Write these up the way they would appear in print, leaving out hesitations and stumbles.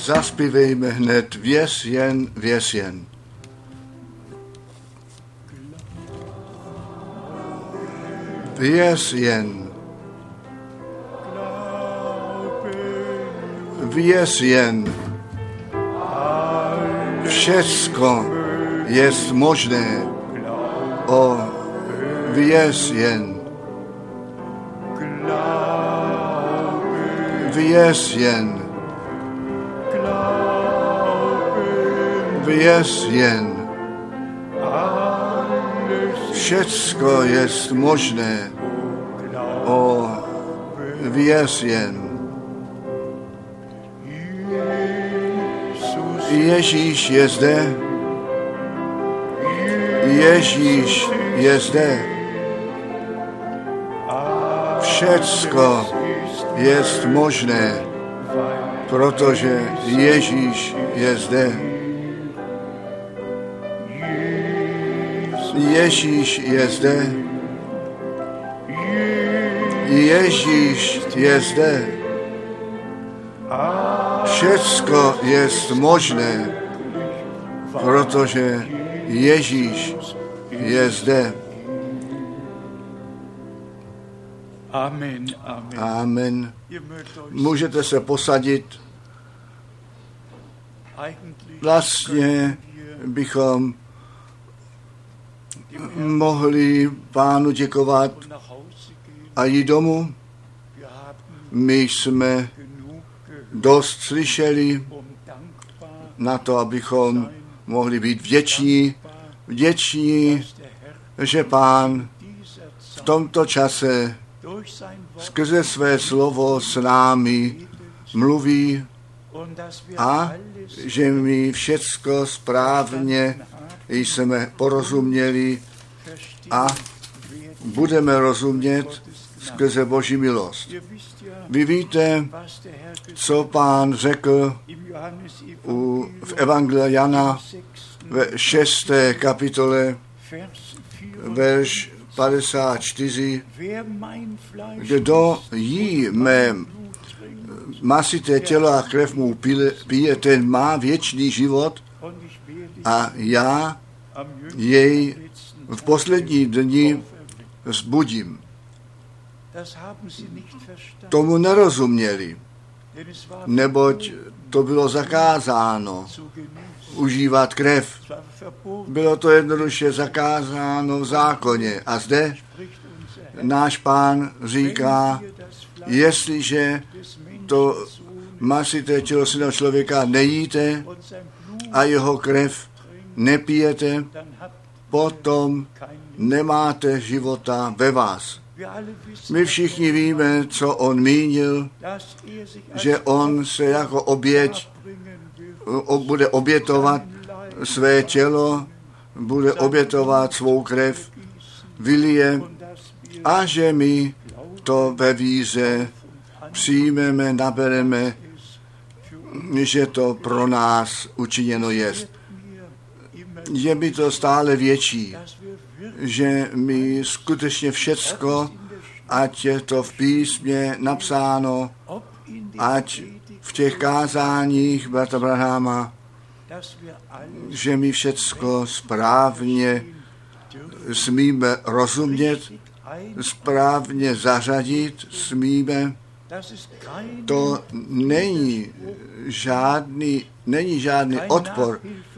Zaspívejme hned věz jen, věz jen. Věz jen. Věz jen. Všecko jest možné. O, věz jen. Věz jen. Věz jen. Všecko jest možné. O, věz jen. Ježíš je zde. Ježíš je zde. Všecko jest možné, protože Ježíš je zde. Ježíš je zde. Ježíš je zde. Všecko jest možné, protože Ježíš je zde. Amen. Amen. Můžete se posadit. Vlastně bychom mohli Pánu děkovat a jít domů. My jsme dost slyšeli na to, abychom mohli být vděční, že Pán v tomto čase skrze své slovo s námi mluví a že my všecko správně jsme porozuměli a budeme rozumět skrze Boží milost. Vy víte, co Pán řekl v Evangeliu Jana ve 6. kapitole, verš 54. Kdo jí mé masité tělo a krev mu pije, ten má věčný život a já jej v poslední dni vzbudím. Tomu nerozuměli, neboť to bylo zakázáno užívat krev. Bylo to jednoduše zakázáno v zákoně. A zde náš Pán říká, jestliže to masité tělo syna člověka nejíte a jeho krev nepijete, potom nemáte života ve vás. My všichni víme, co on mínil, že on se jako oběť bude obětovat své tělo, bude obětovat svou krev, vylije a že my to ve víře přijmeme, nabereme, že to pro nás učiněno jest. Je mi to stále větší, že my skutečně všecko, ať je to v písmě napsáno, ať v těch kázáních bratra Branhama, že my všecko správně smíme rozumět, správně zařadit smíme. To není žádný odpor,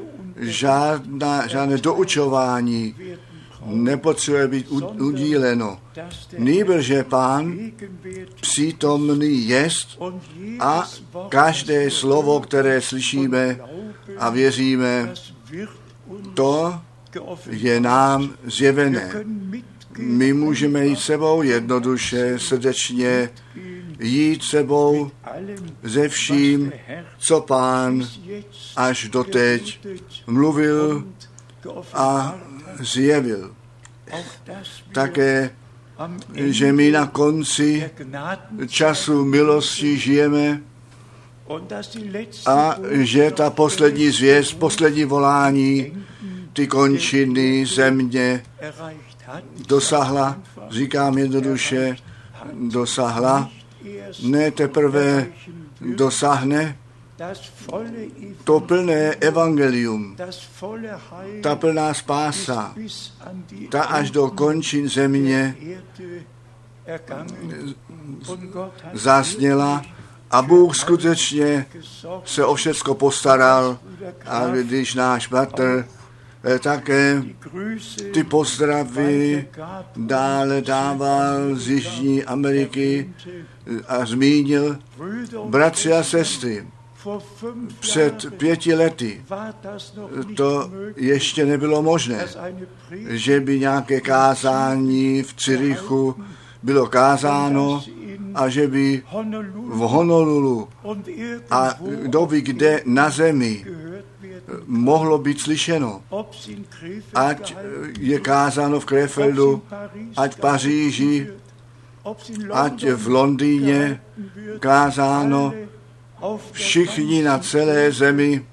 žádné doučování nepotřebuje být udíleno. Nýbrže Pán přítomný jest a každé slovo, které slyšíme a věříme, to je nám zjevené. My můžeme jít sebou jednoduše, srdečně, jít sebou ze vším, co Pán až doteď mluvil a zjevil. Také, že my na konci času milosti žijeme a že ta poslední zvěst, poslední volání, ty končiny země dosahla, říkám jednoduše, dosahla, ne teprve dosáhne, to plné evangelium, ta plná spása, ta až do končin země zazněla a Bůh skutečně se o všecko postaral a když náš bratr také ty pozdravy dále dával z Jižní Ameriky a zmínil bratři a sestry. Před 5 lety to ještě nebylo možné, že by nějaké kázání v Zürichu bylo kázáno a že by v Honolulu a kdo ví kde na zemi mohlo být slyšeno. Ať je kázáno v Krefeldu, ať v Paříži, ať v Londýně kázáno, všichni na celé zemi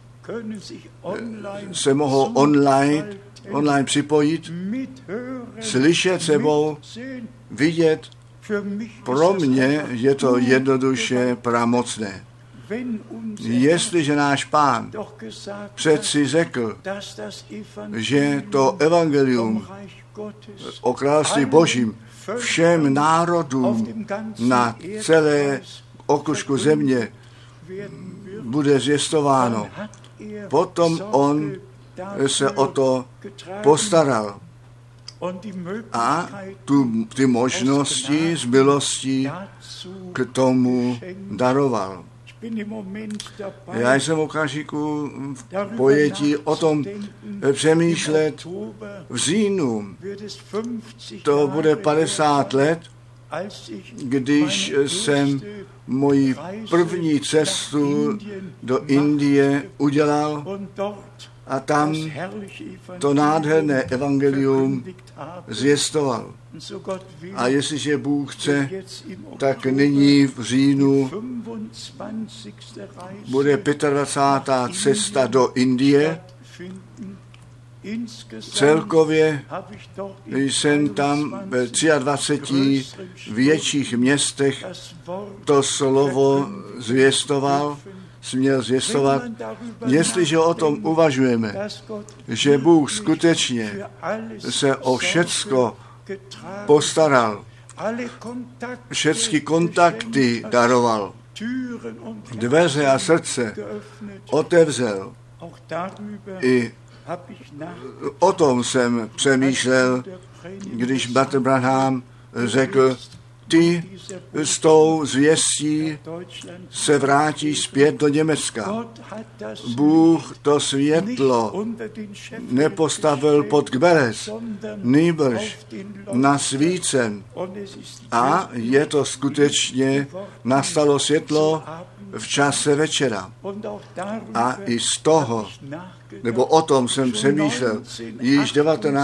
se mohou online připojit, slyšet sebou, vidět. Pro mě je to jednoduše pramocné. Jestliže náš Pán přeci řekl, že to evangelium o království Božím všem národům na celé okružku země bude zvěstováno, potom on se o to postaral a ty možnosti z milostí k tomu daroval. Já jsem v okamžiku v pojetí o tom přemýšlet v říjnu. To bude 50 let, když jsem moji první cestu do Indie udělal a tam to nádherné evangelium zvěstoval. A jestliže Bůh chce, tak nyní v říjnu bude 25. cesta do Indie. Celkově jsem tam ve 23 větších městech to slovo směl zvěstovat. Jestliže o tom uvažujeme, že Bůh skutečně se o všecko postaral, všechny kontakty daroval, dveře a srdce otevřel, i o tom jsem přemýšlel, když Bratr Branham řekl, ty s tou zvěstí se vrátíš zpět do Německa. Bůh to světlo nepostavil pod kberes, nýbrž na svícen. A je to skutečně, nastalo světlo v čase večera. A i z toho, nebo o tom jsem přemýšlel, již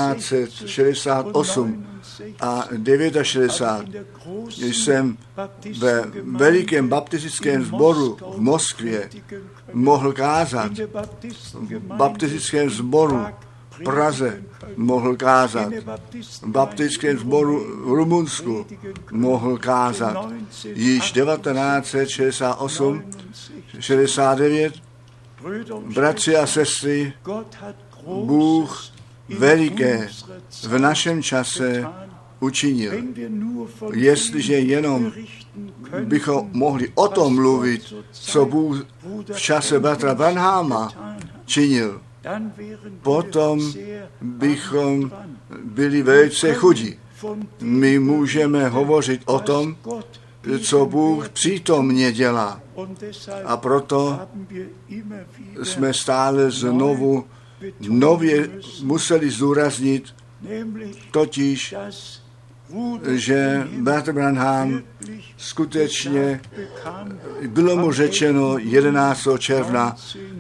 1968 a 69 jsem ve velikém baptistickém sboru v Moskvě mohl kázat, v baptistickém sboru v Praze mohl kázat, v baptistickém sboru v Rumunsku mohl kázat. Již 1968, 69, bratři a sestry, Bůh veliké v našem čase učinil. Jestliže jenom bychom mohli o tom mluvit, co Bůh v čase bratra Branhama činil, potom bychom byli velice chudí. My můžeme hovořit o tom, co Bůh přítomně dělá. A proto jsme stále nově museli zdůraznit, totiž, že bratr Branham skutečně bylo mu řečeno 11. června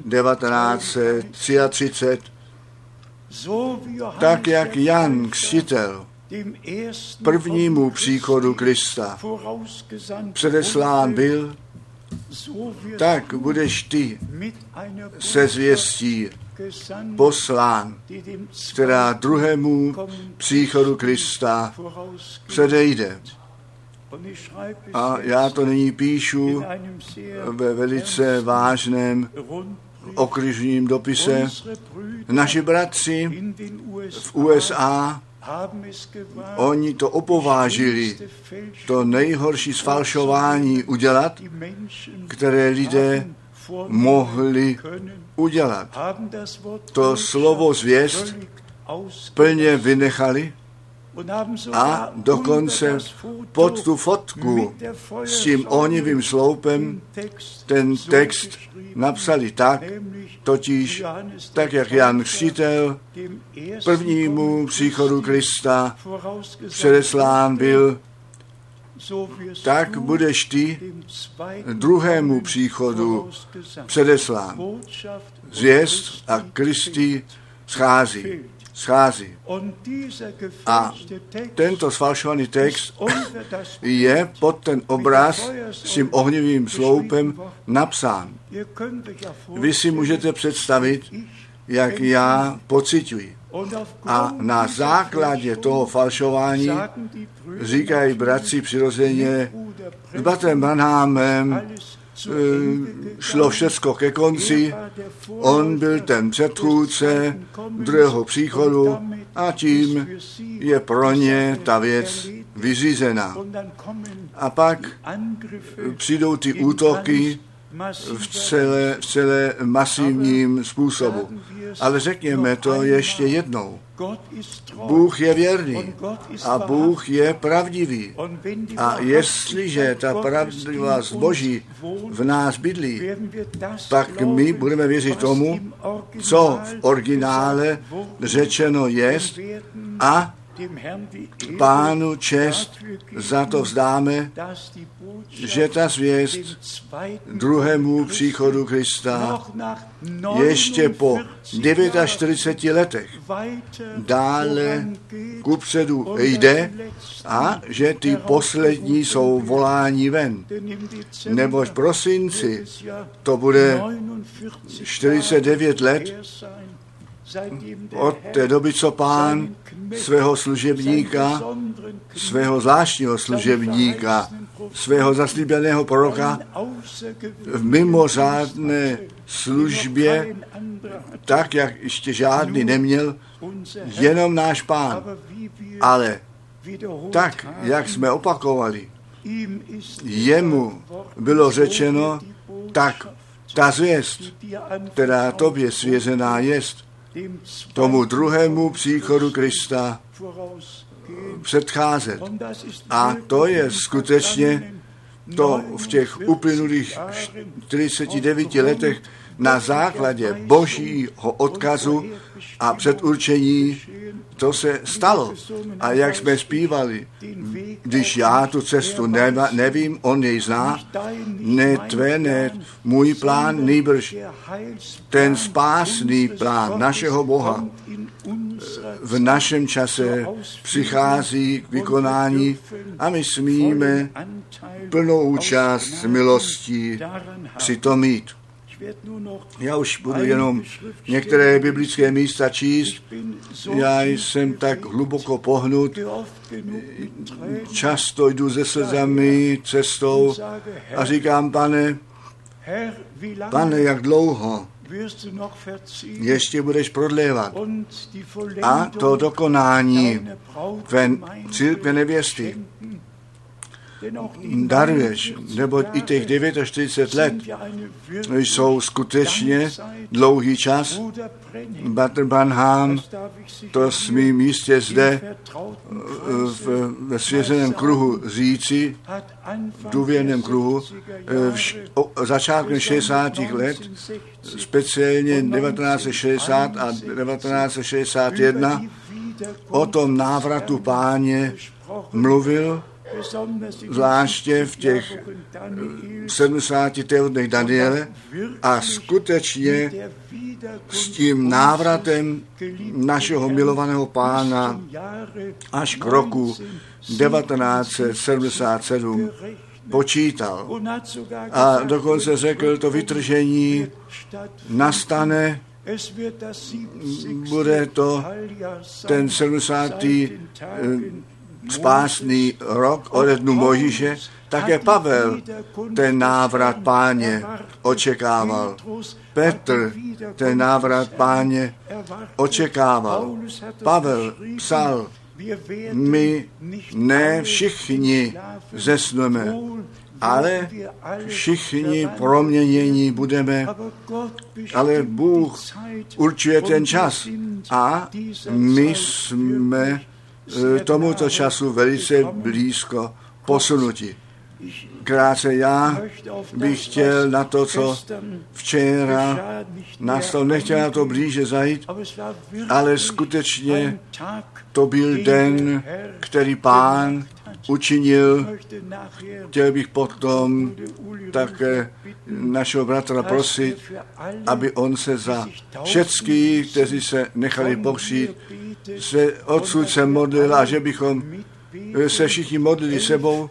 1933, tak jak Jan Křtitel prvnímu příchodu Krista předeslán byl, tak budeš ty se zvěstí poslán, která druhému příchodu Krista předejde. A já to nyní píšu ve velice vážném okružním dopise. Naši bratři v USA, oni to opovážili, to nejhorší sfalšování udělat, které lidé mohli udělat. To slovo zvěst plně vynechali a dokonce pod tu fotku s tím ohnivým sloupem ten text napsali tak, totiž tak, jak Jan Křtitel prvnímu příchodu Krista předeslán byl, tak budeš ty druhému příchodu předeslán. Zvěst a Kristi schází. A tento sfalšovaný text je pod ten obraz s tím ohnivým sloupem napsán. Vy si můžete představit, jak já pociťuji. A na základě toho falšování říkají bratři přirozeně, s bratrem Branhamem šlo všecko ke konci, on byl ten předchůdce druhého příchodu a tím je pro ně ta věc vyřízená. A pak přijdou ty útoky v celé masivním způsobu. Ale řekněme to ještě jednou. Bůh je věrný a Bůh je pravdivý. A jestliže ta pravdivost Boží v nás bydlí, pak my budeme věřit tomu, co v originále řečeno jest a Pánu čest za to vzdáme, že ta zvěst druhému příchodu Krista ještě po 49 letech dále kupředu jde a že ty poslední jsou voláni ven. Neboť v prosinci to bude 49 let od té doby, co Pán svého služebníka, svého zvláštního služebníka, svého zaslíbeného proroka v mimořádné službě, tak, jak ještě žádný neměl, jenom náš Pán. Ale tak, jak jsme opakovali, jemu bylo řečeno, tak ta zvěst, která tobě svěřená jest, tomu druhému příchodu Krista předcházet. A to je skutečně to v těch uplynulých 49 letech na základě Božího odkazu a předurčení to se stalo. A jak jsme zpívali, když já tu cestu nevím, on jej zná, ne tvé, ne můj plán, nýbrž ten spásný plán našeho Boha v našem čase přichází k vykonání a my smíme plnou účast milostí přitom mít. Já už budu jenom některé biblické místa číst. Já jsem tak hluboko pohnut, často jdu se slzami cestou a říkám, pane, jak dlouho ještě budeš prodlévat a to dokonání církve nevěsty daruješ, neboť i těch 49 let jsou skutečně dlouhý čas. Bratr Branham, to smím jistě zde ve svěřeném kruhu říci, v důvěrném kruhu, začátkem 60. let, speciálně 1960 a 1961, o tom návratu Páně mluvil, zvláště v těch 70 týdnech Daniele a skutečně s tím návratem našeho milovaného Pána až k roku 1977 počítal. A dokonce řekl, to vytržení nastane, bude to ten 70. spásný rok ode dnu Mojžíše, také Pavel ten návrat Páně očekával. Petr ten návrat Páně očekával. Pavel psal, my ne všichni zesneme, ale všichni proměnění budeme, ale Bůh určuje ten čas a my jsme tomuto času velice blízko posunuti. Krátce já bych chtěl na to, co včera nastalo, nechtěl na to blíže zajít, ale skutečně to byl den, který Pán učinil. Chtěl bych potom také našeho bratra prosit, aby on se za všechny, kteří se nechali pokřít, se odsud se modlil a že bychom se všichni modlili sebou.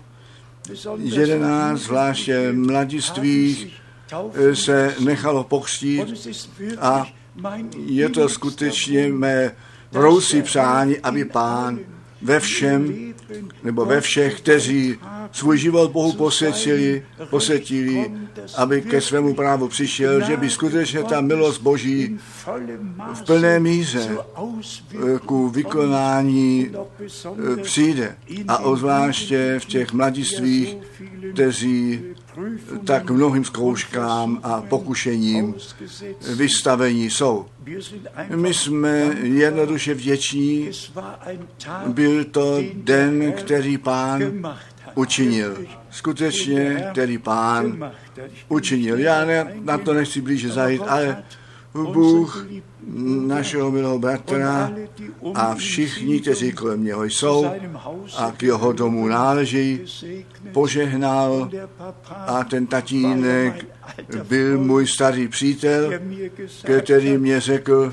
11 zvláště mladistvých se nechalo pokřtít a je to skutečně mé vrousí přání, aby Pán ve všem, nebo ve všech, kteří svůj život Bohu posvětili, aby ke svému právu přišel, že by skutečně ta milost Boží v plné míře ku vykonání přijde. A obzvláště v těch mladistvích, kteří tak mnohým zkouškám a pokušením vystavení jsou. My jsme jednoduše vděční. Byl to den, který Pán učinil. Skutečně, který Pán učinil. Já na to nechci blíže zajít, ale Bůh našeho milého bratra a všichni, kteří kolem něho jsou a k jeho domu náleží, požehnal a ten tatínek byl můj starý přítel, který mě řekl,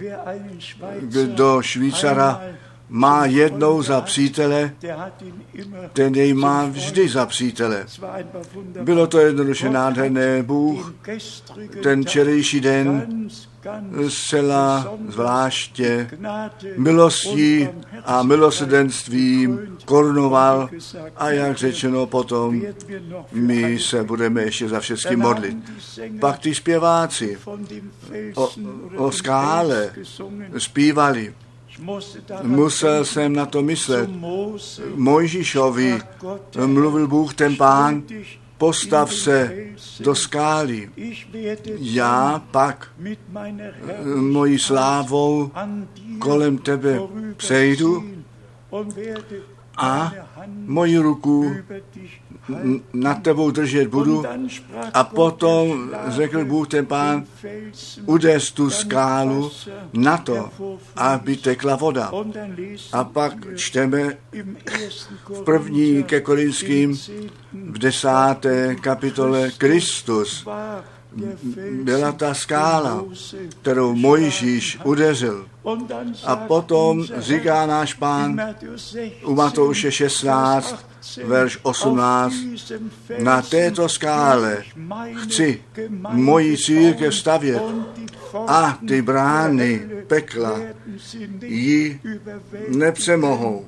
kdo Švýcara má jednou za přítele, ten jej má vždy za přítele. Bylo to jednoduše nádherné. Bůh ten včerejší den zcela zvláště milostí a milosrdenstvím korunoval a jak řečeno potom, my se budeme ještě za všechny modlit. Pak ty zpěváci o skále zpívali. Musel jsem na to myslet. Mojžíšovi mluvil Bůh ten Pán, postav se do skály. Já pak mojí slávou kolem tebe přejdu a moji ruku nad tebou držet budu. A potom řekl Bůh ten Pán, udeř tu skálu na to, aby tekla voda. A pak čteme v 1. ke Korinským v 10. kapitole Kristus. Byla ta skála, kterou Mojžíš udeřil. A potom říká náš Pán u Matouše 16, verš 18, na této skále chci moji církev stavět a ty brány pekla ji nepřemohou.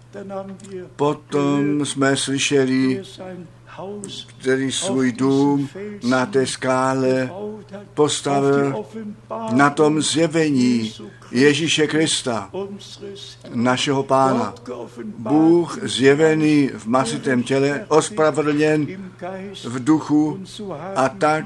Potom jsme slyšeli, který svůj dům na té skále postavil na tom zjevení Ježíše Krista, našeho Pána. Bůh zjevený v masitém těle, ospravedlněn v duchu a tak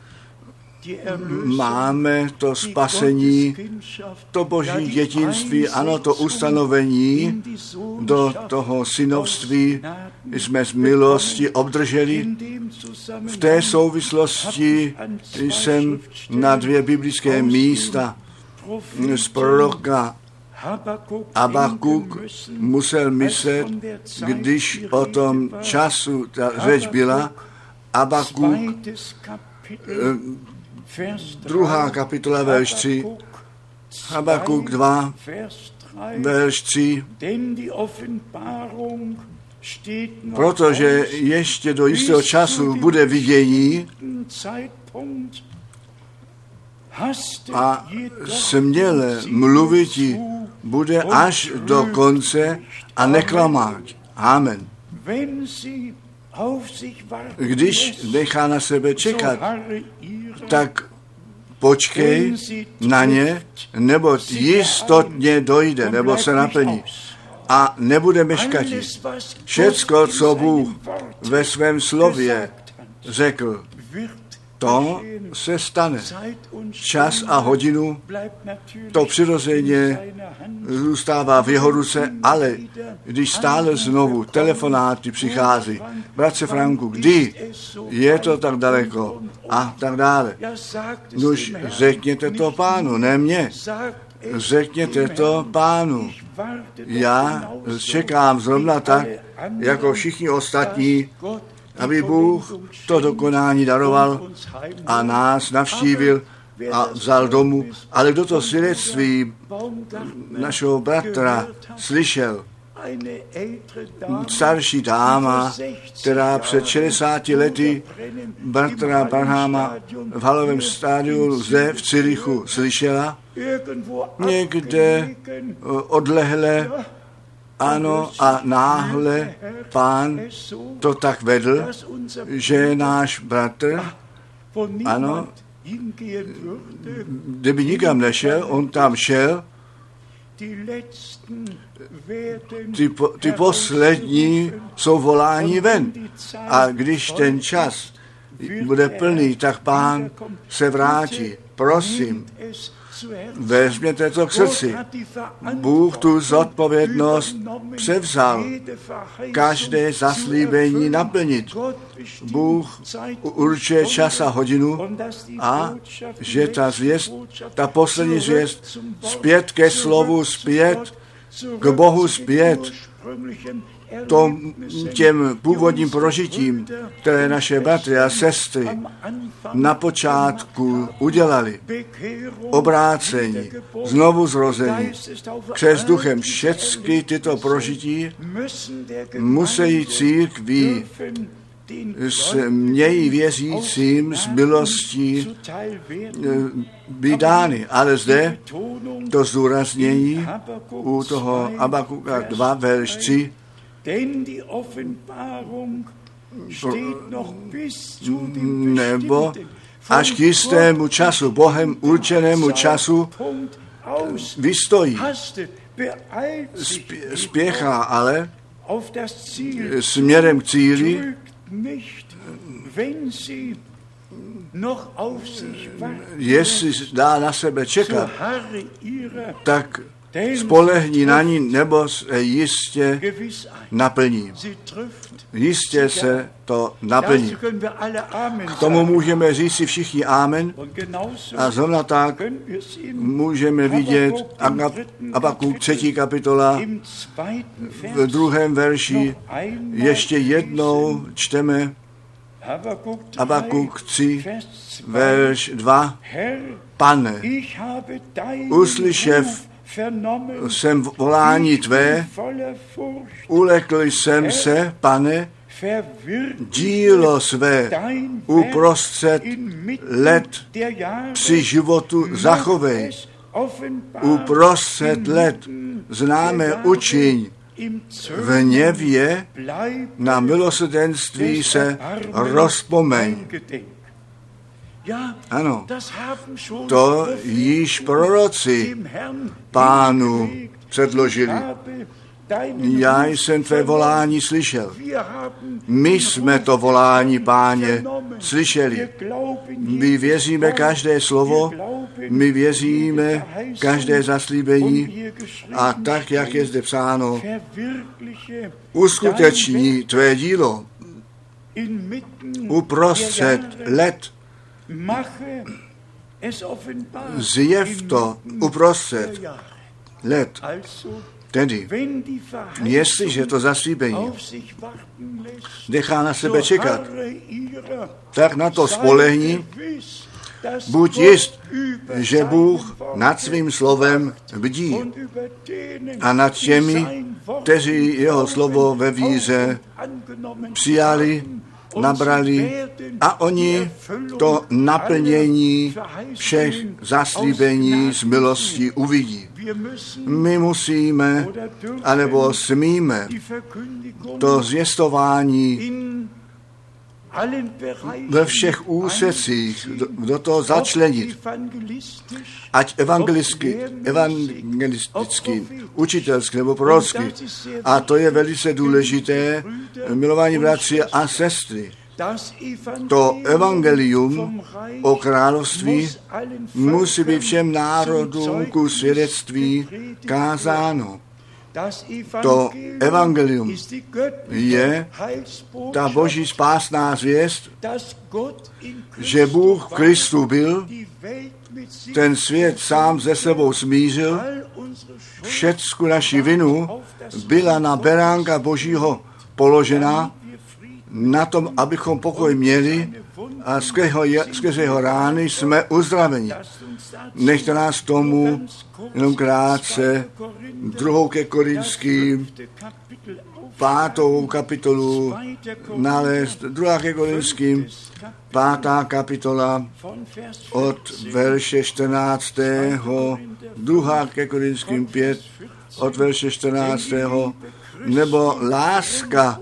máme to spasení, to boží dětinství, ano, to ustanovení do toho synovství jsme z milosti obdrželi. V té souvislosti jsem na 2 biblické místa z proroka Habakuk musel myslet, když o tom času ta řeč byla. Habakuk 2. kapitola, verš 3, Habakuk 2, verš 3, protože ještě do jistého času bude vidění a směle mluviti bude až do konce a neklamát. Amen. Když nechá na sebe čekat, tak počkej na ně, nebo jistotně dojde, nebo se naplní. A nebude meškati. Všecko, co Bůh ve svém slově řekl, to se stane. Čas a hodinu, to přirozeně zůstává v jeho ruce, ale když stále znovu telefonáty přichází, bratře Franku, kdy je to tak daleko a tak dále. Nuž řekněte to Pánu, ne mně. Řekněte to Pánu. Já čekám zrovna tak, jako všichni ostatní, aby Bůh to dokonání daroval a nás navštívil a vzal domů. Ale kdo to svědectví našeho bratra slyšel, starší dáma, která před 60 lety bratra Branhama v halovém stádiu zde v Zürichu slyšela, někde odlehle, ano, a náhle Pán to tak vedl, že náš bratr, ano, kdyby nikam nešel, on tam šel, ty poslední jsou voláni ven. A když ten čas bude plný, tak Pán se vrátí. Prosím, vezměte to k srdci. Bůh tu zodpovědnost převzal. Každé zaslíbení naplnit. Bůh určuje čas a hodinu a že ta zvěst, ta poslední zvěst, zpět ke slovu, zpět k Bohu, zpět těm původním prožitím, které naše bratry a sestry na počátku udělali. Obrácení, znovu zrození, křest duchem, všechny tyto prožití musí církví smějí věřícím z milostí být dány. Ale zde to zdůraznění u toho Habakuka 2, verš 3, nebo až k jistému času, Bohem určenému času vystojí. Spěchá ale směrem k cíli, jestli dá na sebe čekat, tak spolehni na ní, nebo se jistě naplní. Jistě se to naplní. K tomu můžeme říct si všichni amen a zrovna tak můžeme vidět Habakuk 3. kapitola v 2. verši ještě jednou čteme Habakuk 3, verš 2. Pane, uslyšev jsem volání tvé, ulekl jsem se, Pane, dílo své uprostřed let při životu zachovej, uprostřed let známe učiň, v hněvě na milosrdenství se rozpomeň. Ano, to již proroci Pánu předložili. Já jsem tvé volání slyšel. My jsme to volání, Páně, slyšeli. My věříme každé slovo, my věříme každé zaslíbení a tak, jak je zde psáno, uskuteční tvé dílo uprostřed let. Zjev to uprostřed let. Tedy, jestliže to zaslíbení nechá na sebe čekat, tak na to spolehni, buď jist, že Bůh nad svým slovem bdí a nad těmi, kteří jeho slovo ve víře přijali nabrali a oni to naplnění všech zaslíbení z milostí uvidí. My musíme, anebo smíme to zvěstování ve všech úsecích do toho začlenit, ať evangelisticky, učitelsky nebo prorocky. A to je velice důležité, milování bratři a sestry. To evangelium o království musí být všem národům ku svědectví kázáno. To evangelium je ta boží spásná zvěst, že Bůh v Kristu byl, ten svět sám ze sebou smířil, všecku naši vinu byla na beránka Božího položena, na tom, abychom pokoj měli a skrze jeho rány jsme uzdraveni. Nechte nás tomu jenom krátce 2. Korinským 5. kapitolu nalézt. 2. Korinským 5. kapitola od verše 14. 2. Korinským 5 od verše 14. Nebo láska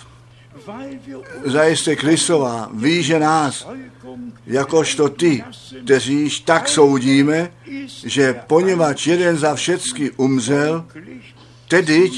zajisté Kristova ví, že nás, jakožto ty, kteří již tak soudíme, že poněvadž jeden za všecky umřel, tedy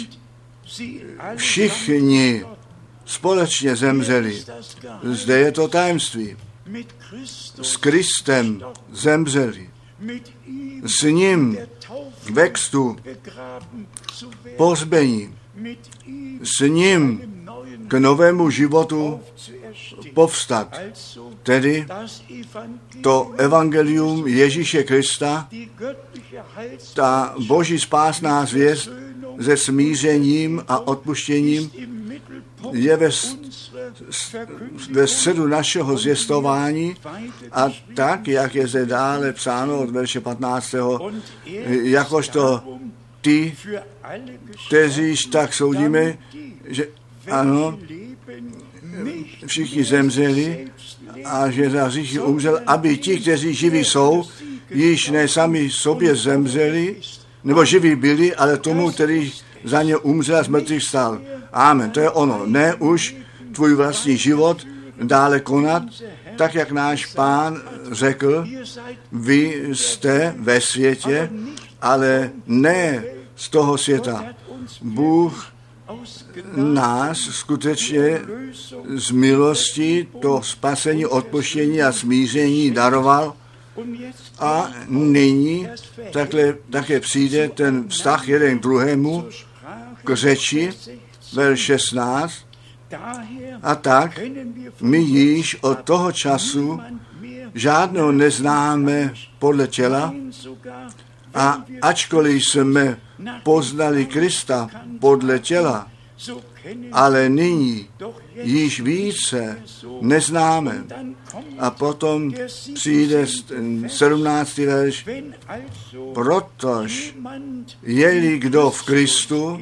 všichni společně zemřeli. Zde je to tajemství. S Kristem zemřeli. S ním ve křtu pohřbení. S ním k novému životu povstat. Tedy to evangelium Ježíše Krista, ta boží spásná zvěst se smířením a odpuštěním je ve středu našeho zvěstování a tak, jak je zde dále psáno od verše 15. jakožto ty, kteří tak soudíme, že ano, všichni zemřeli a že za hříchy umřel, aby ti, kteří živí jsou, již ne sami sobě zemřeli, nebo živí byli, ale tomu, který za ně umřel a z mrtvých stal. Amen, to je ono. Ne už tvůj vlastní život dále konat, tak jak náš Pán řekl, vy jste ve světě, ale ne z toho světa. Bůh nás skutečně z milosti to spasení, odpuštění a smíření daroval a nyní také přijde ten vztah jeden k druhému k řeči, verš 16, a tak my již od toho času žádného neznáme podle těla a ačkoliv jsme poznali Krista podle těla, ale nyní již více neznáme. A potom přijde 17. verš, protož je-li kdo v Kristu,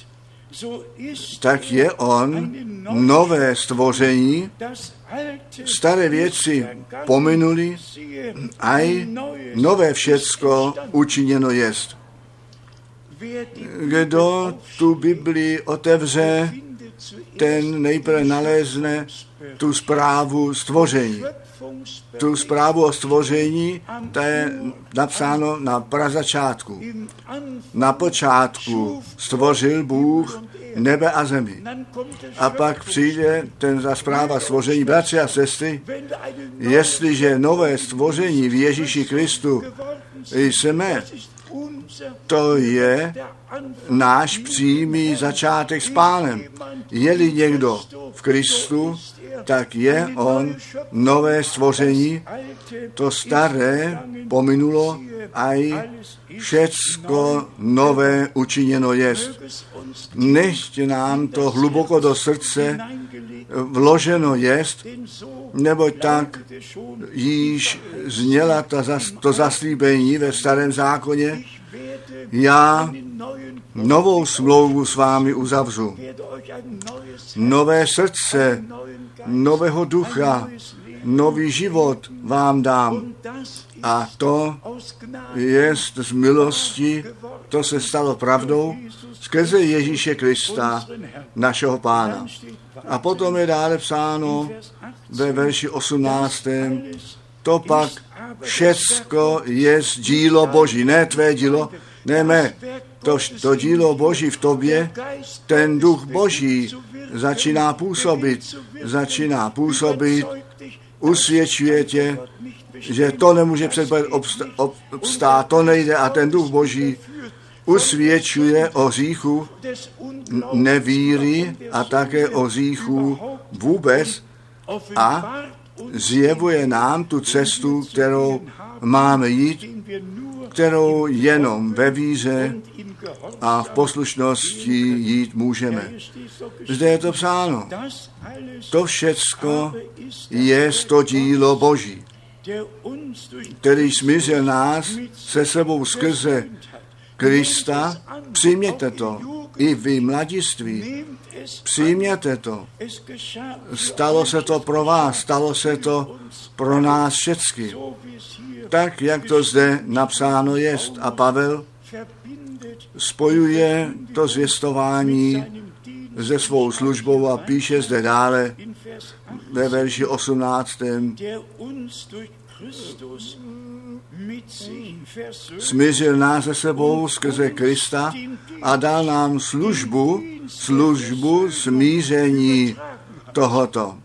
tak je on nové stvoření, staré věci pominuli, a nové všecko učiněno jest. Kdo tu Biblii otevře, ten nejprve nalezne tu zprávu stvoření. Tu zprávu o stvoření, to je napsáno na prazačátku. Na počátku stvořil Bůh nebe a zemi. A pak přijde ta zpráva stvoření. Bratři a sestry, jestliže nové stvoření v Ježíši Kristu jsme, to je náš přímý začátek s Pánem. Je-li někdo v Kristu, tak je on nové stvoření, to staré pominulo a všecko nové učiněno jest. Nechť nám to hluboko do srdce vloženo jest, neboť tak již zněla to zaslíbení ve starém zákoně, já novou smlouvu s vámi uzavřu. Nové srdce nového ducha, nový život vám dám. A to je z milosti, to se stalo pravdou skrze Ježíše Krista, našeho Pána. A potom je dále psáno ve verši 18. To pak všecko je dílo Boží, ne tvé dílo, ne mé. To dílo Boží v tobě, ten duch Boží začíná působit, usvědčuje tě, že to nemůže předpověd obstát, to nejde a ten duch Boží usvědčuje o hříchu nevíry a také o hříchu vůbec a zjevuje nám tu cestu, kterou máme jít, kterou jenom ve víře a v poslušnosti jít můžeme. Zde je to psáno. To všecko je to dílo Boží, který smířil nás se sebou skrze Krista. Přijměte to. I vy, mladiství, přijměte to. Stalo se to pro vás, stalo se to pro nás všecky. Tak, jak to zde napsáno jest. A Pavel spojuje to zvěstování se svou službou a píše zde dále ve verši 18. Smířil nás se sebou skrze Krista a dal nám službu smíření tohoto.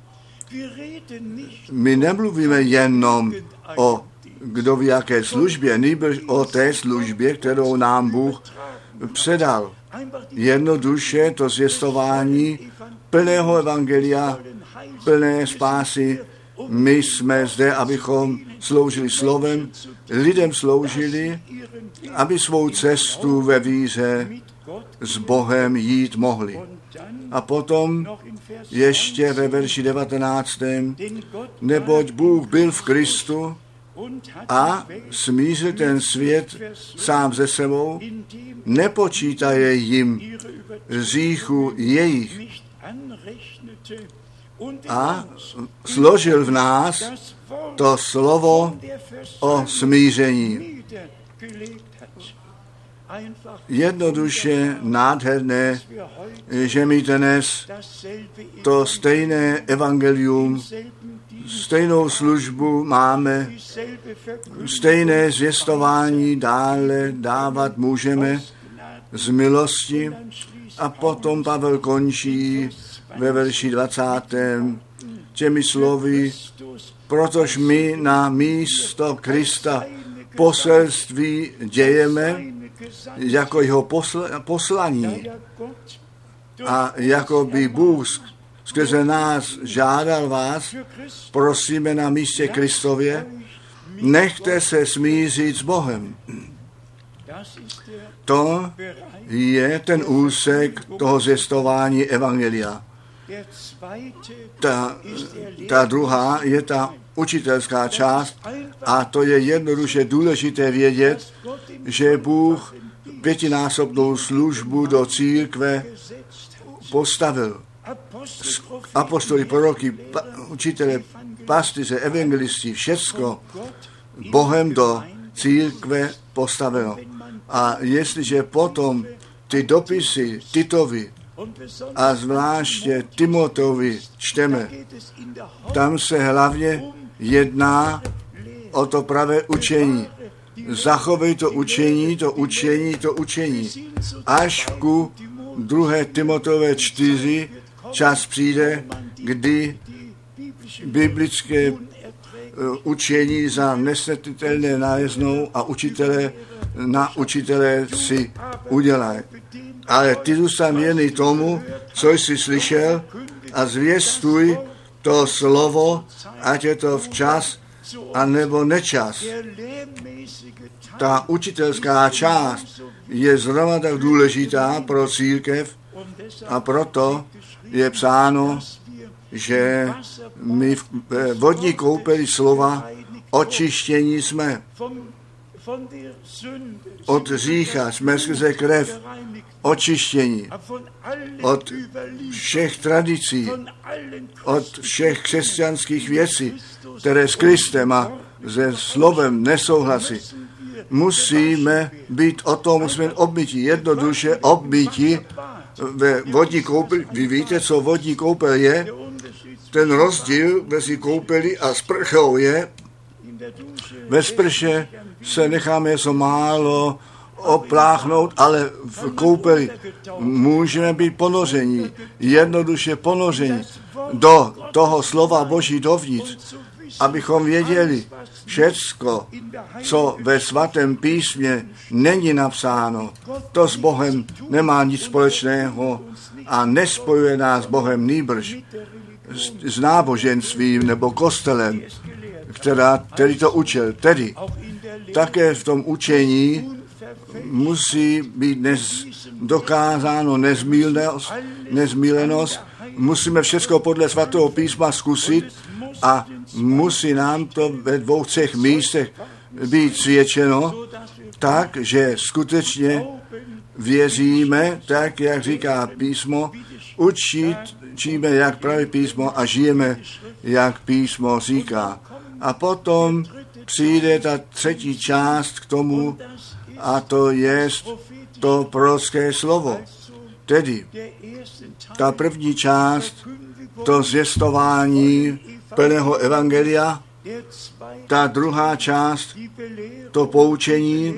My nemluvíme jenom o kdo ví jaké službě, nýbrž o té službě, kterou nám Bůh předal. Jednoduše to zvěstování plného evangelia, plné spásy. My jsme zde, abychom sloužili slovem, lidem sloužili, aby svou cestu ve víře s Bohem jít mohli. A potom ještě ve verši 19. Neboť Bůh byl v Kristu a smířil ten svět sám ze sebou, nepočítaje jim hříchu jejich a složil v nás to slovo o smíření. Jednoduše nádherné, že my dnes to stejné evangelium, stejnou službu máme, stejné zvěstování dále dávat můžeme z milosti. A potom Pavel končí ve verši 20. těmi slovy, protože my na místo Krista poselství dějeme jako jeho poslaní a jako by Bůh skrze nás žádal vás, prosíme na místě Kristově, nechte se smířit s Bohem. To je ten úsek toho zvěstování evangelia. Ta druhá je ta učitelská část a to je jednoduše důležité vědět, že Bůh pětinásobnou službu do církve postavil. Apostoly, proroky, učitele, pastyře, evangelisti, všecko Bohem do církve postaveno. A jestliže potom ty dopisy Titovi a zvláště Timoteovi čteme, tam se hlavně jedná o to pravé učení. Zachovej to učení. Až ku 2. Timoteové 4 čas přijde, kdy biblické učení za nesnesitelné naleznou a učitelé si udělají. Ale ty zůstaň věrný tomu, co jsi slyšel a zvěstuj to slovo, ať je to včas a nebo nečas. Ta učitelská část je zrovna tak důležitá pro církev a proto je psáno, že my v vodní koupeli slova očištění jsme Od hřícha jsme skrze krev očištěni, od všech tradicí, od všech křesťanských věcí, které s Kristem a se slovem nesouhlasí. Musíme být obmytí, jednoduše obmytí ve vodní koupeli. Vy víte, co vodní koupel je? Ten rozdíl mezi koupelí a sprchou je, ve sprše se necháme něco málo opláchnout, ale v koupeli můžeme být ponoření, jednoduše ponoření do toho slova Boží dovnitř, abychom věděli všecko, co ve svatém písmě není napsáno. To s Bohem nemá nic společného a nespojuje nás s Bohem nýbrž s náboženstvím nebo kostelem, který to učil. Tedy také v tom učení musí být dokázáno nezmílenost. Musíme všechno podle svatého písma zkusit a musí nám to ve 2-3 místech být svědčeno, tak, že skutečně věříme, tak, jak říká písmo, učíme, jak praví písmo a žijeme, jak písmo říká. A potom přijde ta třetí část k tomu, a to je to prorocké slovo. Tedy ta první část, to zvěstování plného evangelia, ta druhá část, to poučení,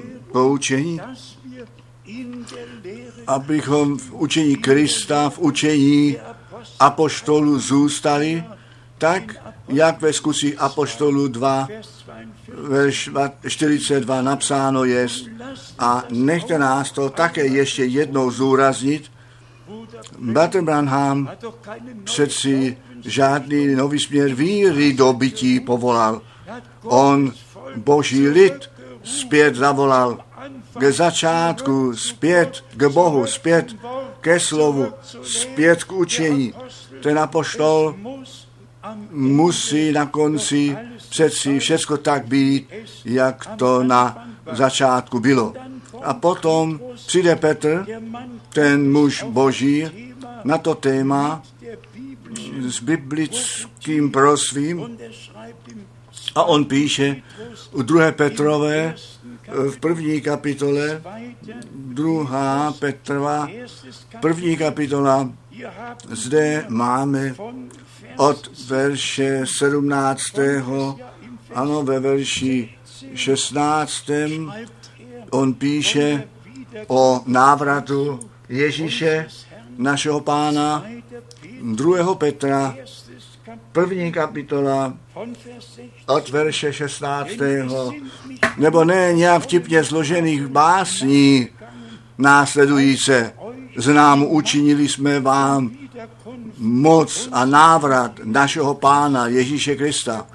abychom v učení Krista, v učení apoštolů zůstali, tak, jak ve skutcích apoštolů 2, verš 42 napsáno je, a nechte nás to také ještě jednou zúraznit. Bratr Branham přeci žádný nový směr víry do bytí povolal. On Boží lid zpět zavolal k začátku, zpět k Bohu, zpět ke slovu, zpět k učení. Ten apoštol musí na konci přeci všechno tak být, jak to na začátku bylo. A potom přijde Petr, ten muž Boží, na to téma s biblickým prosvím a on píše u 2. Petrové v 1. kapitole, 2. Petrova, 1. kapitola, zde máme od verše 17. Ano, ve verši 16. on píše o návratu Ježíše, našeho Pána, 2. Petra, 1. kapitola, od verše 16. Nebo ne nějak vtipně složených básní následující. Známu učinili jsme vám moc a návrat našeho Pána Ježíše Krista.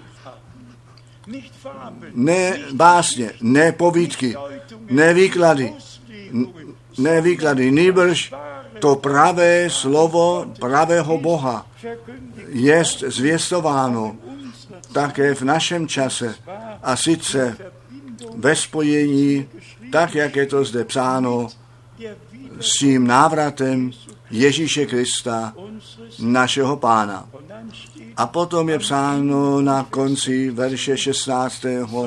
Ne básně, ne povídky, ne výklady, nýbrž to pravé slovo pravého Boha jest zvěstováno také v našem čase a sice ve spojení, tak jak je to zde psáno, s tím návratem Ježíše Krista, našeho Pána. A potom je psáno na konci verše 16.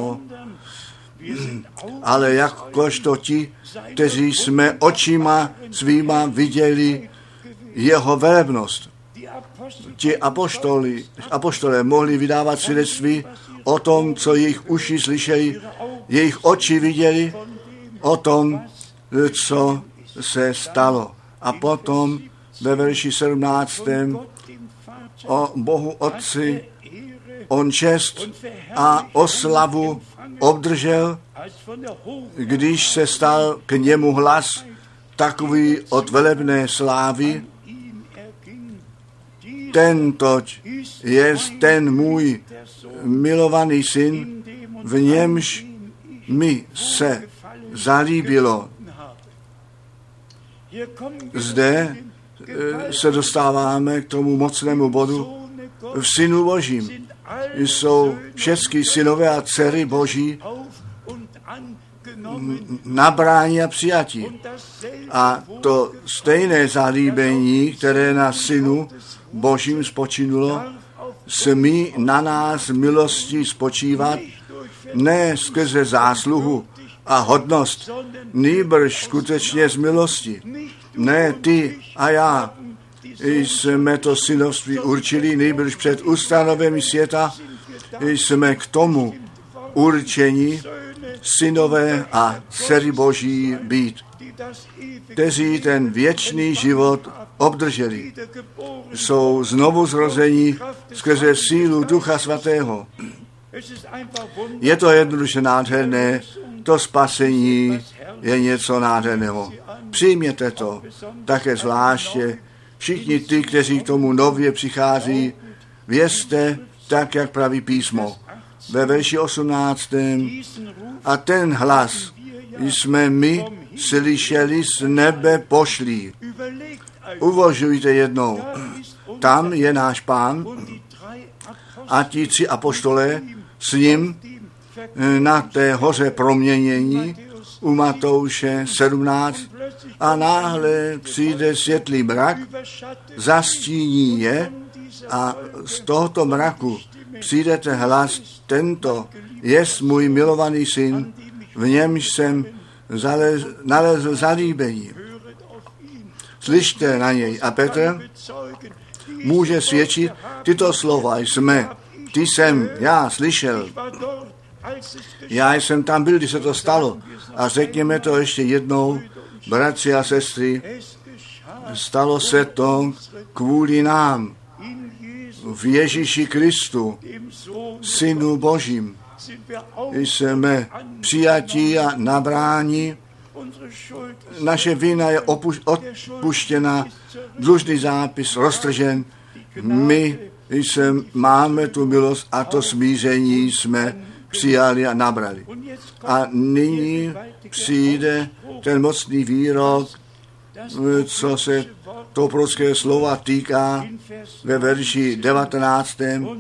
Ale jakožto ti, kteří jsme očima svýma viděli jeho velebnost. Ti apoštolé mohli vydávat svědectví o tom, co jejich uši slyšeli, jejich oči viděli, o tom, co se stalo. A potom ve verši 17. o Bohu Otci on čest a oslavu obdržel, když se stal k němu hlas takový od velebné slávy. Tentoť je ten můj milovaný syn, v němž mi se zalíbilo. Zde se dostáváme k tomu mocnému bodu. V Synu Božím jsou všechny synové a dcery Boží nabrání a přijatí. A to stejné zalíbení, které na Synu Božím spočinulo, smí na nás milostí spočívat, ne skrze zásluhu a hodnost, nýbrž skutečně z milosti. Ne ty a já jsme to synovství určili, nýbrž před ustanovením světa jsme k tomu určeni synové a dcery Boží být, kteří ten věčný život obdrželi. Jsou znovu zrození skrze sílu Ducha Svatého. Je to jednoduše nádherné, to spasení je něco nádherného. Přijměte to, také zvláště všichni ty, kteří k tomu nově přichází, vězte tak, jak praví písmo. Ve verši 18. A ten hlas jsme my slyšeli z nebe pošlí. Uvažujte jednou. Tam je náš Pán a ti 3 apoštolé s ním na té hoře proměnění u Matouše 17 a náhle přijde světlý mrak, zastíní je a z tohoto mraku přijdete hlas, tento jest můj milovaný syn, v němž jsem nalezl zalíbení. Slyšte na něj. A Petr může svědčit tyto slova. Ty jsem, já slyšel. Já jsem tam byl, když se to stalo. A řekněme to ještě jednou, bratři a sestry, stalo se to kvůli nám. V Ježíši Kristu, Synu Božím, jsme přijatí a nabráni. Naše vina je odpuštěna, dlužný zápis roztržen. My máme tu milost a to smíření jsme přijali a nabrali. A nyní přijde ten mocný výrok, co se toho prorockého slova týká ve verši 19.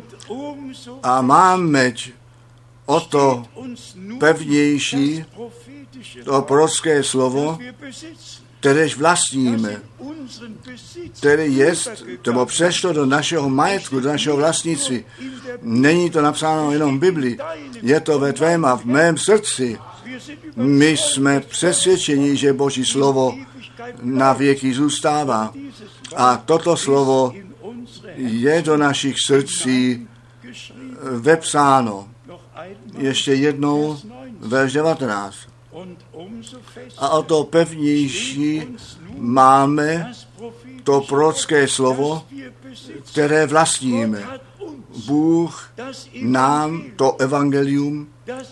A máme o to pevnější to prorocké slovo, kteréž vlastníme, který jest, nebo přešlo do našeho majetku, do našeho vlastnictví. Není to napsáno jenom v Biblii, je to ve tvém a v mém srdci. My jsme přesvědčeni, že Boží slovo na věky zůstává. A toto slovo je do našich srdcí vepsáno. Ještě jednou verš 19. A o to pevnější máme to prorocké slovo, které vlastníme. Bůh nám to evangelium,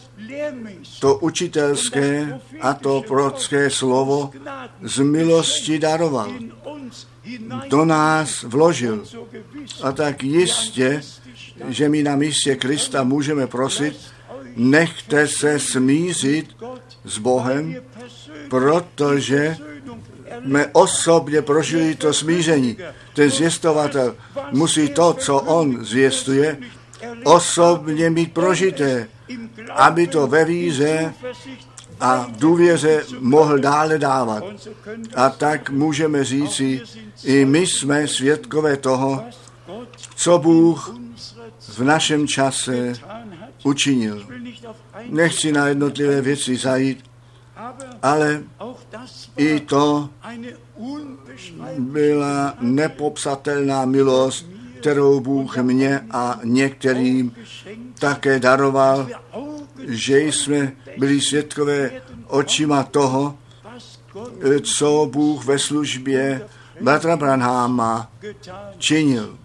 to učitelské a to prorocké slovo z milosti daroval. Do nás vložil. A tak jistě, že my na místě Krista můžeme prosit, nechte se smířit s Bohem, protože jsme osobně prožili to smíření. Ten zvěstovatel musí to, co on zvěstuje, osobně mít prožité, aby to ve víře a v důvěře mohl dále dávat. A tak můžeme říci, i my jsme svědkové toho, co Bůh v našem čase učinil. Nechci na jednotlivé věci zajít, ale i to byla nepopsatelná milost, kterou Bůh mě a některým také daroval, že jsme byli svědkové očima toho, co Bůh ve službě bratra Branhama činil.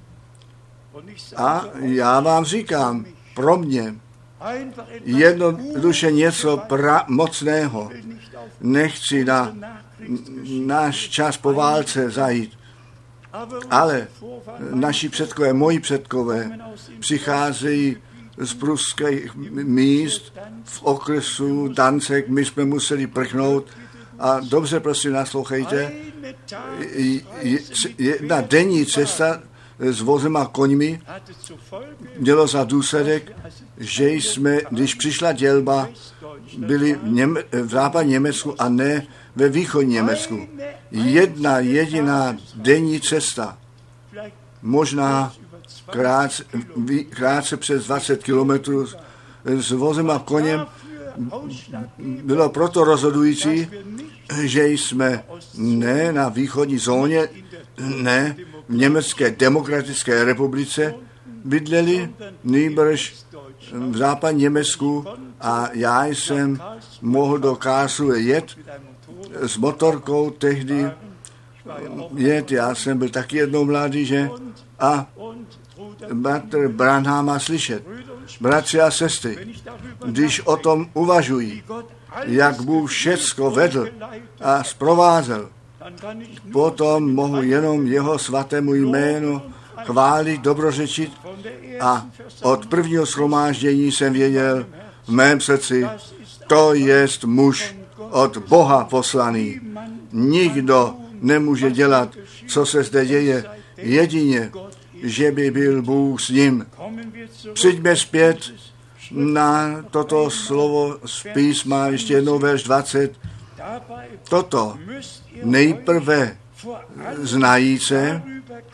A já vám říkám, pro mě jednoduše něco mocného. Nechci na náš čas po válce zajít, ale naši předkové, moji předkové, přicházejí z pruských míst v okresu Dancek, my jsme museli prchnout a dobře, prosím, naslouchejte, jedna denní cesta s vozem a koňmi mělo za důsledek, že jsme, když přišla dělba, byli v západním Německu a ne ve východním Německu. Jedna jediná denní cesta, možná krátce přes 20 kilometrů s vozem a koněm, bylo proto rozhodující, že jsme ne na východní zóně, ne v Německé demokratické republice bydleli, nýbrž v západním Německu a já jsem mohl do Karlsruhe jet s motorkou tehdy já jsem byl taky jednou mladý, že? A bratr Branhama slyšet. Bratři a sestry, když o tom uvažují, jak Bůh všecko vedl a zprovázel, potom mohu jenom jeho svatému jménu chválit, dobrořečit a od prvního shromáždění jsem věděl v mém srdci, to jest muž od Boha poslaný. Nikdo nemůže dělat, co se zde děje, jedině, že by byl Bůh s ním. Přijďme zpět na toto slovo z písma, ještě jednou verš 20. Toto nejprve znajíce,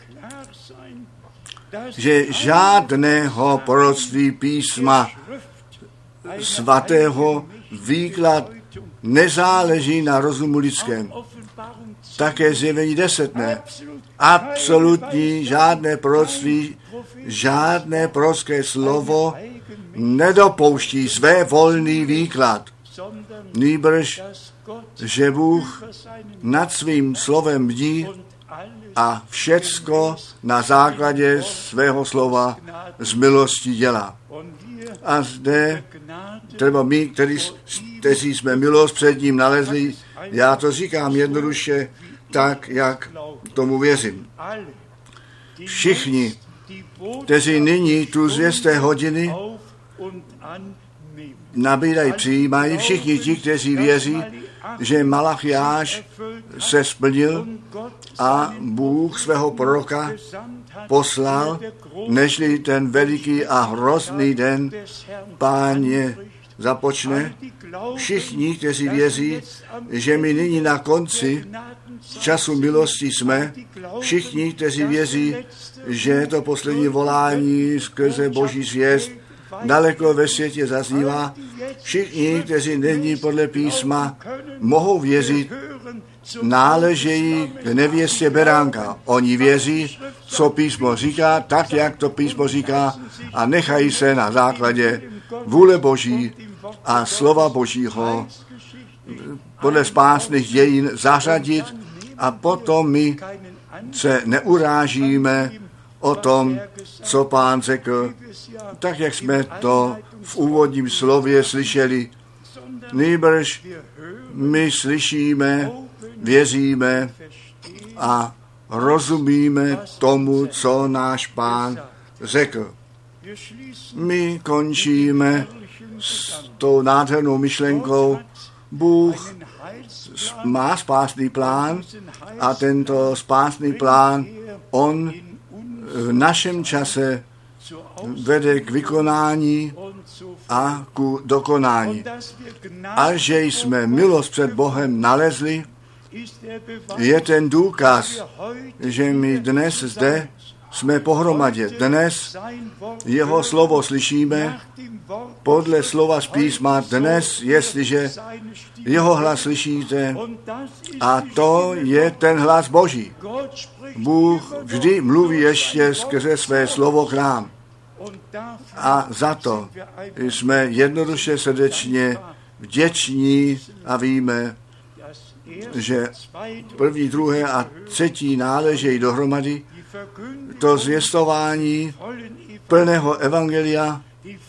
že žádného proroctví písma svatého výklad nezáleží na rozumu lidském. Také zjevení 10 ne. Absolutní žádné proroctví, žádné prorocké slovo nedopouští své volný výklad. Nýbrž, že Bůh nad svým slovem bdí a všecko na základě svého slova z milosti dělá. A zde třeba my, kteří jsme milost před ním nalezli, já to říkám jednoduše tak, jak tomu věřím. Všichni, kteří nyní tu z 6. hodiny nabírají, přijímají, všichni ti, kteří věří, že Malachiáš se splnil a Bůh svého proroka poslal, nežli ten veliký a hrozný den Páně započne. Všichni, kteří věří, že my nyní na konci času milosti jsme, všichni, kteří věří, že to poslední volání skrze Boží zvěst daleko ve světě zaznívá, všichni, kteří nyní podle písma mohou věřit, náležejí k nevěstě beránka. Oni věří, co písmo říká, tak, jak to písmo říká a nechají se na základě vůle Boží a slova Božího podle spásných dějin zařadit a potom my se neurážíme o tom, co Pán řekl, tak jak jsme to v úvodním slově slyšeli. Nýbrž my slyšíme, věříme a rozumíme tomu, co náš Pán řekl. My končíme s tou nádhernou myšlenkou, Bůh má spásný plán a tento spásný plán on v našem čase vede k vykonání a ku dokonání. A že jsme milost před Bohem nalezli, je ten důkaz, že my dnes zde jsme pohromadě. Dnes jeho slovo slyšíme podle slova z písma. Dnes, jestliže jeho hlas slyšíte, a to je ten hlas Boží. Bůh vždy mluví ještě skrze své slovo k nám. A za to jsme jednoduše srdečně vděční a víme, že první, druhé a třetí náležejí dohromady. To zvěstování plného evangelia,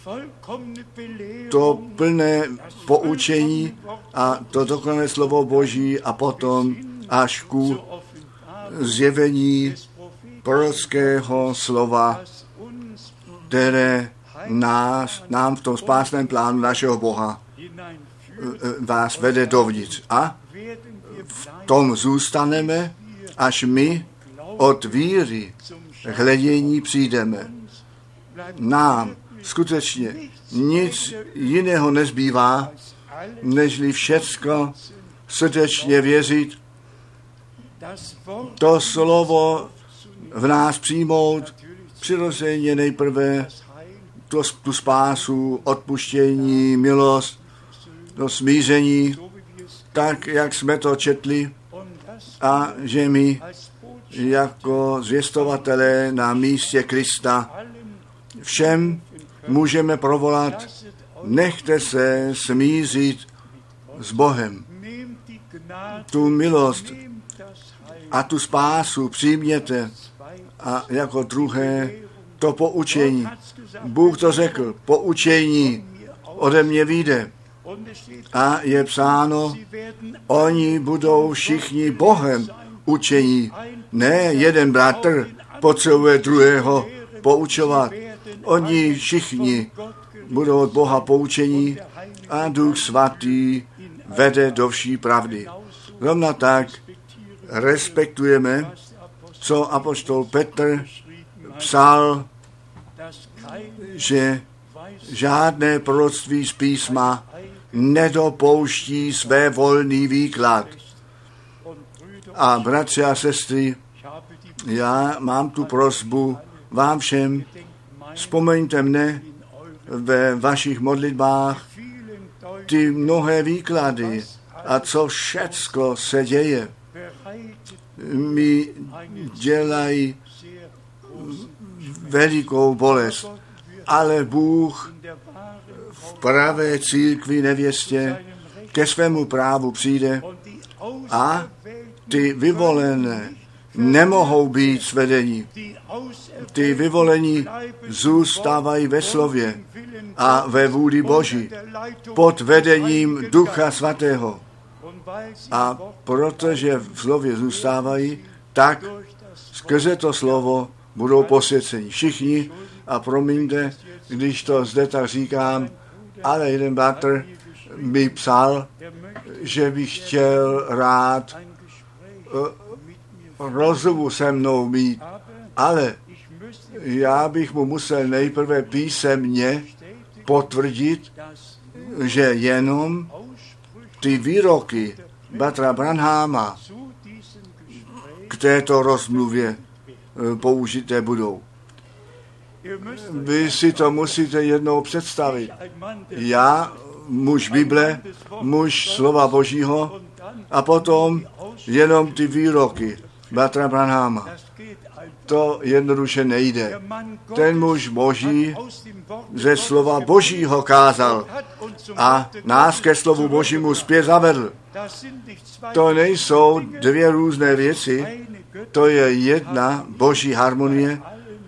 to plné poučení a to dokonalé slovo Boží a potom až ku zjevení prorockého slova, které nám v tom spásném plánu našeho Boha vás vede dovnitř. A v tom zůstaneme, až my od víry hledění přijdeme. Nám skutečně nic jiného nezbývá, nežli všecko srdečně věřit, to slovo v nás přijmout, přirozeně nejprve tu spásu, odpuštění, milost, to smíření, tak, jak jsme to četli, a že my jako zvěstovatelé na místě Krista všem můžeme provolat, nechte se smířit s Bohem. Tu milost a tu spásu přijměte. A jako druhé to poučení. Bůh to řekl, poučení ode mě vyjde. A je psáno, oni budou všichni Bohem učení. Ne jeden bratr potřebuje druhého poučovat. Oni všichni budou od Boha poučení a Duch Svatý vede do vší pravdy. Zrovna tak respektujeme, co apoštol Petr psal, že žádné proroctví z písma nedopouští své volný výklad. A bratři a sestry, já mám tu prosbu vám všem, vzpomeňte mne ve vašich modlitbách ty mnohé výklady a co všecko se děje. Mi dělají velikou bolest, ale Bůh v pravé církvi nevěstě ke svému právu přijde a ty vyvolené nemohou být svedení. Ty vyvolení zůstávají ve slově a ve vůli Boží pod vedením Ducha Svatého. A protože v slově zůstávají, tak skrze to slovo budou posvěceni všichni. A promiňte, když to zde tak říkám, ale jeden bratr mi psal, že by chtěl rád rozhovu se mnou mít, ale já bych mu musel nejprve písemně potvrdit, že jenom ty výroky bratra Branhama k této rozmluvě použité budou. Vy si to musíte jednou představit. Já, muž Bible, muž slova Božího a potom jenom ty výroky bratra Branhama. To jednoduše nejde. Ten muž Boží ze slova Božího kázal a nás ke slovu Božímu zpět zavedl. To nejsou dvě různé věci, to je jedna Boží harmonie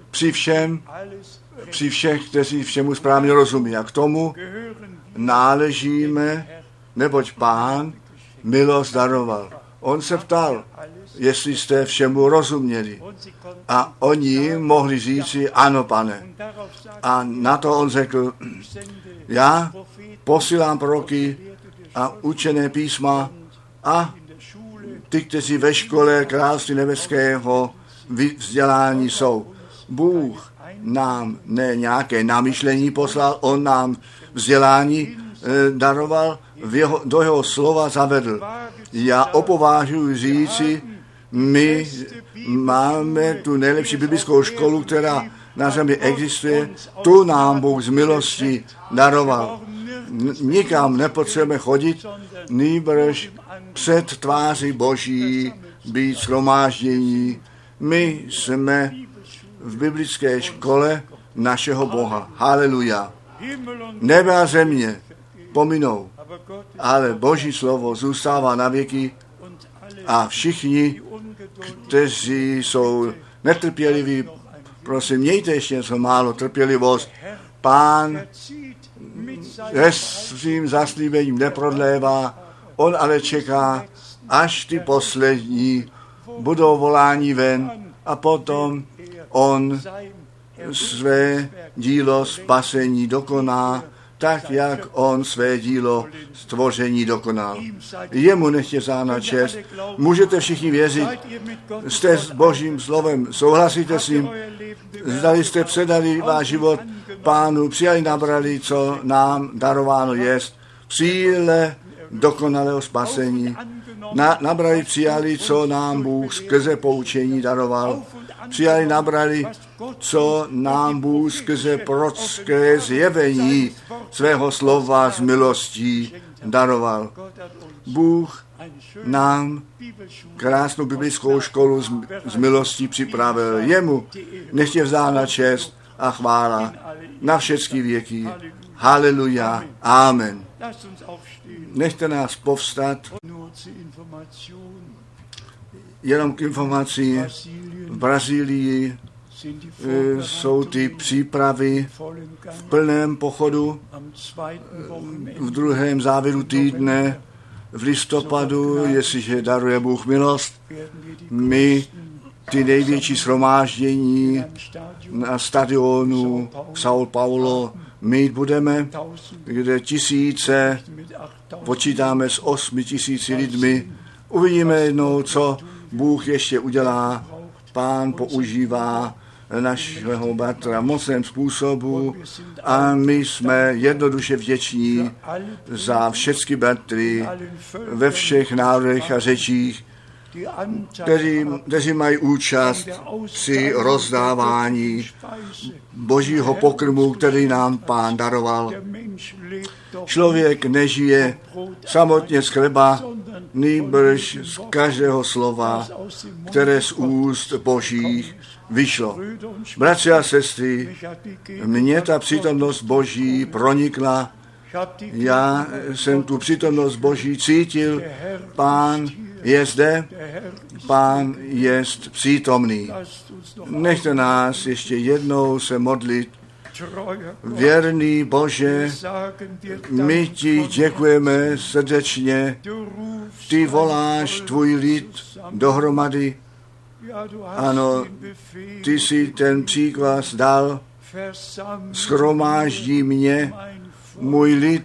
při všech, kteří všemu správně rozumí. A k tomu náležíme, neboť Pán milost daroval. On se ptal, jestli jste všemu rozuměli. A oni mohli říci, ano, Pane. A na to on řekl, já posílám proroky a učené písma a ty, kteří ve škole Království nebeského vzdělání jsou. Bůh nám ne nějaké namyšlení poslal, on nám vzdělání daroval, do jeho slova zavedl. Já opovážuji říci, my máme tu nejlepší biblickou školu, která na zemi existuje, tu nám Bůh z milosti daroval. Nikam nepotřebujeme chodit, nýbrž před tváří Boží být shromáždění. My jsme v biblické škole našeho Boha. Haleluja. Nebe a země pominou, ale Boží slovo zůstává na věky a všichni, kteří jsou netrpěliví, prosím, mějte ještě něco málo trpělivost. Pán se svým zaslíbením neprodlévá, on ale čeká, až ty poslední budou voláni ven a potom on své dílo spasení dokoná, tak, jak on své dílo stvoření dokonal. Jemu nechtě zána čest. Můžete všichni věřit, jste s Božím slovem, souhlasíte s ním, zdali jste předali váš život Pánu, přijali, nabrali, co nám darováno jest, cíle dokonalého spasení. Nabrali, přijali, co nám Bůh skrze poučení daroval. Přijali, nabrali, co nám Bůh skrze prorocké zjevení svého slova z milostí daroval. Bůh nám krásnou biblickou školu z milostí připravil. Jemu nechtě vzána čest a chvála na všechny věky. Haleluja. Amen. Nechte nás povstat. Jenom k informaci, v Brazílii jsou ty přípravy v plném pochodu v druhém závěru týdne v listopadu, jestliže daruje Bůh milost. My ty největší shromáždění na stadionu São Paulo mít budeme, kde tisíce, počítáme s 8 000 lidmi. Uvidíme jednou, co Bůh ještě udělá. Pán používá našeho bratra mocném způsobu a my jsme jednoduše vděční za všechny bratry ve všech národech a řečích, kteří mají účast při rozdávání božího pokrmu, který nám Pán daroval. Člověk nežije samotně z chleba, nýbrž z každého slova, které z úst božích vyšlo. Bratři a sestry, mně ta přítomnost boží pronikla. Já jsem tu přítomnost boží cítil. Pán je zde, Pán je přítomný. Nechte nás ještě jednou se modlit. Věrný Bože, my ti děkujeme srdečně. Ty voláš tvůj lid dohromady. Ano, ty si ten příkaz dal. Shromáždí mě, můj lid.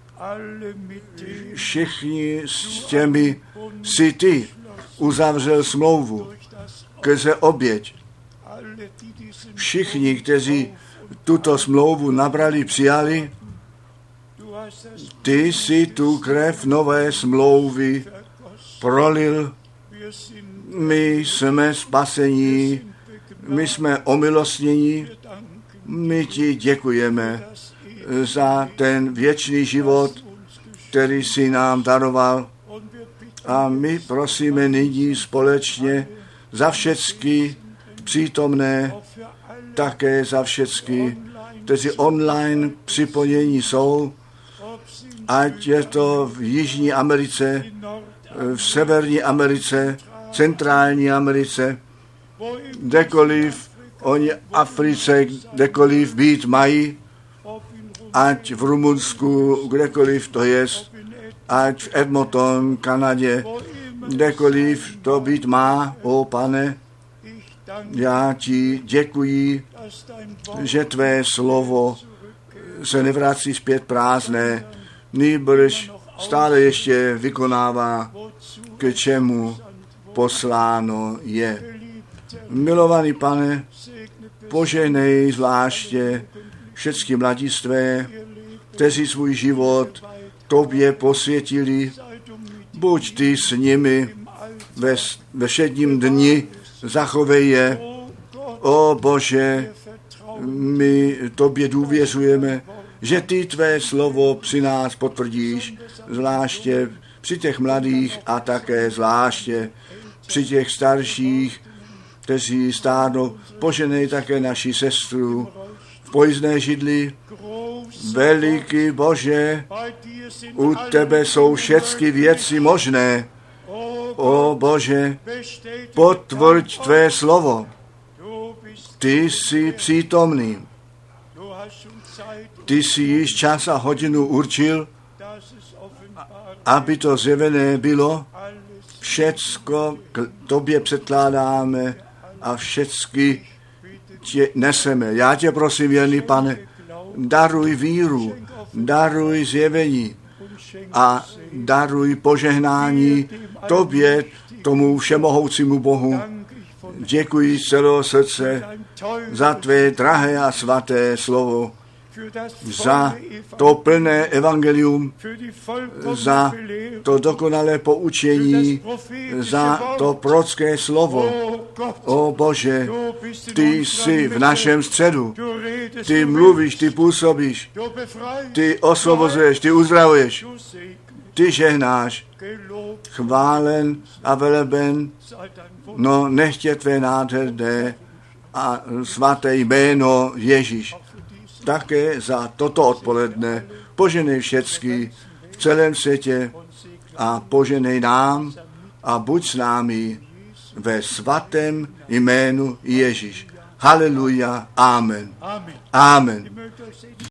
Všichni s těmi si ty uzavřel smlouvu skrze oběť. Všichni, kteří tuto smlouvu nabrali, přijali, ty si tu krev nové smlouvy prolil. My jsme spasení, my jsme omilostnění, my ti děkujeme za ten věčný život, který si nám daroval. A my prosíme nyní společně za všechny přítomné, také za všechny, kteří online připojení jsou, ať je to v Jižní Americe, v Severní Americe, Centrální Americe, kdekoliv oni Africe, kdekoliv být mají, ať v Rumunsku, kdekoliv to je, ať v Edmonton, Kanadě, kdekoliv to být má, o Pane, já ti děkuji, že tvé slovo se nevrací zpět prázdné, nýbrž stále ještě vykonává, k čemu posláno je. Milovaný Pane, požehnej zvláště všechny mladistvé, kteří svůj život tobě posvětili. Buď ty s nimi ve všedním dni, zachovej je. O Bože, my tobě důvěřujeme, že ty tvé slovo při nás potvrdíš, zvláště při těch mladých a také zvláště při těch starších, kteří stárnou. Poženej také naši sestru v pojízdné židli. Veliký Bože, u tebe jsou všechny věci možné. O Bože, potvrď tvé slovo. Ty jsi přítomný. Ty jsi již čas a hodinu určil, aby to zjevené bylo. Všecko k tobě předkládáme a všecky tě neseme. Já tě prosím, věrný Pane, daruj víru, daruj zjevení a daruj požehnání tobě, tomu všemohoucímu Bohu. Děkuji z celého srdce za tvé drahé a svaté slovo. za to plné evangelium, za to dokonalé poučení, za to prorocké slovo. O Bože, ty jsi v našem středu. Ty mluvíš, ty působíš, ty osvobozuješ, ty uzdravuješ, ty žehnáš. Chválen a veleben, no nechtě tvé nádherné a svaté jméno Ježíš. Také za toto odpoledne poženej všecky v celém světě a poženej nám a buď s námi ve svatém jménu Ježíš. Haleluja, amen. Amen.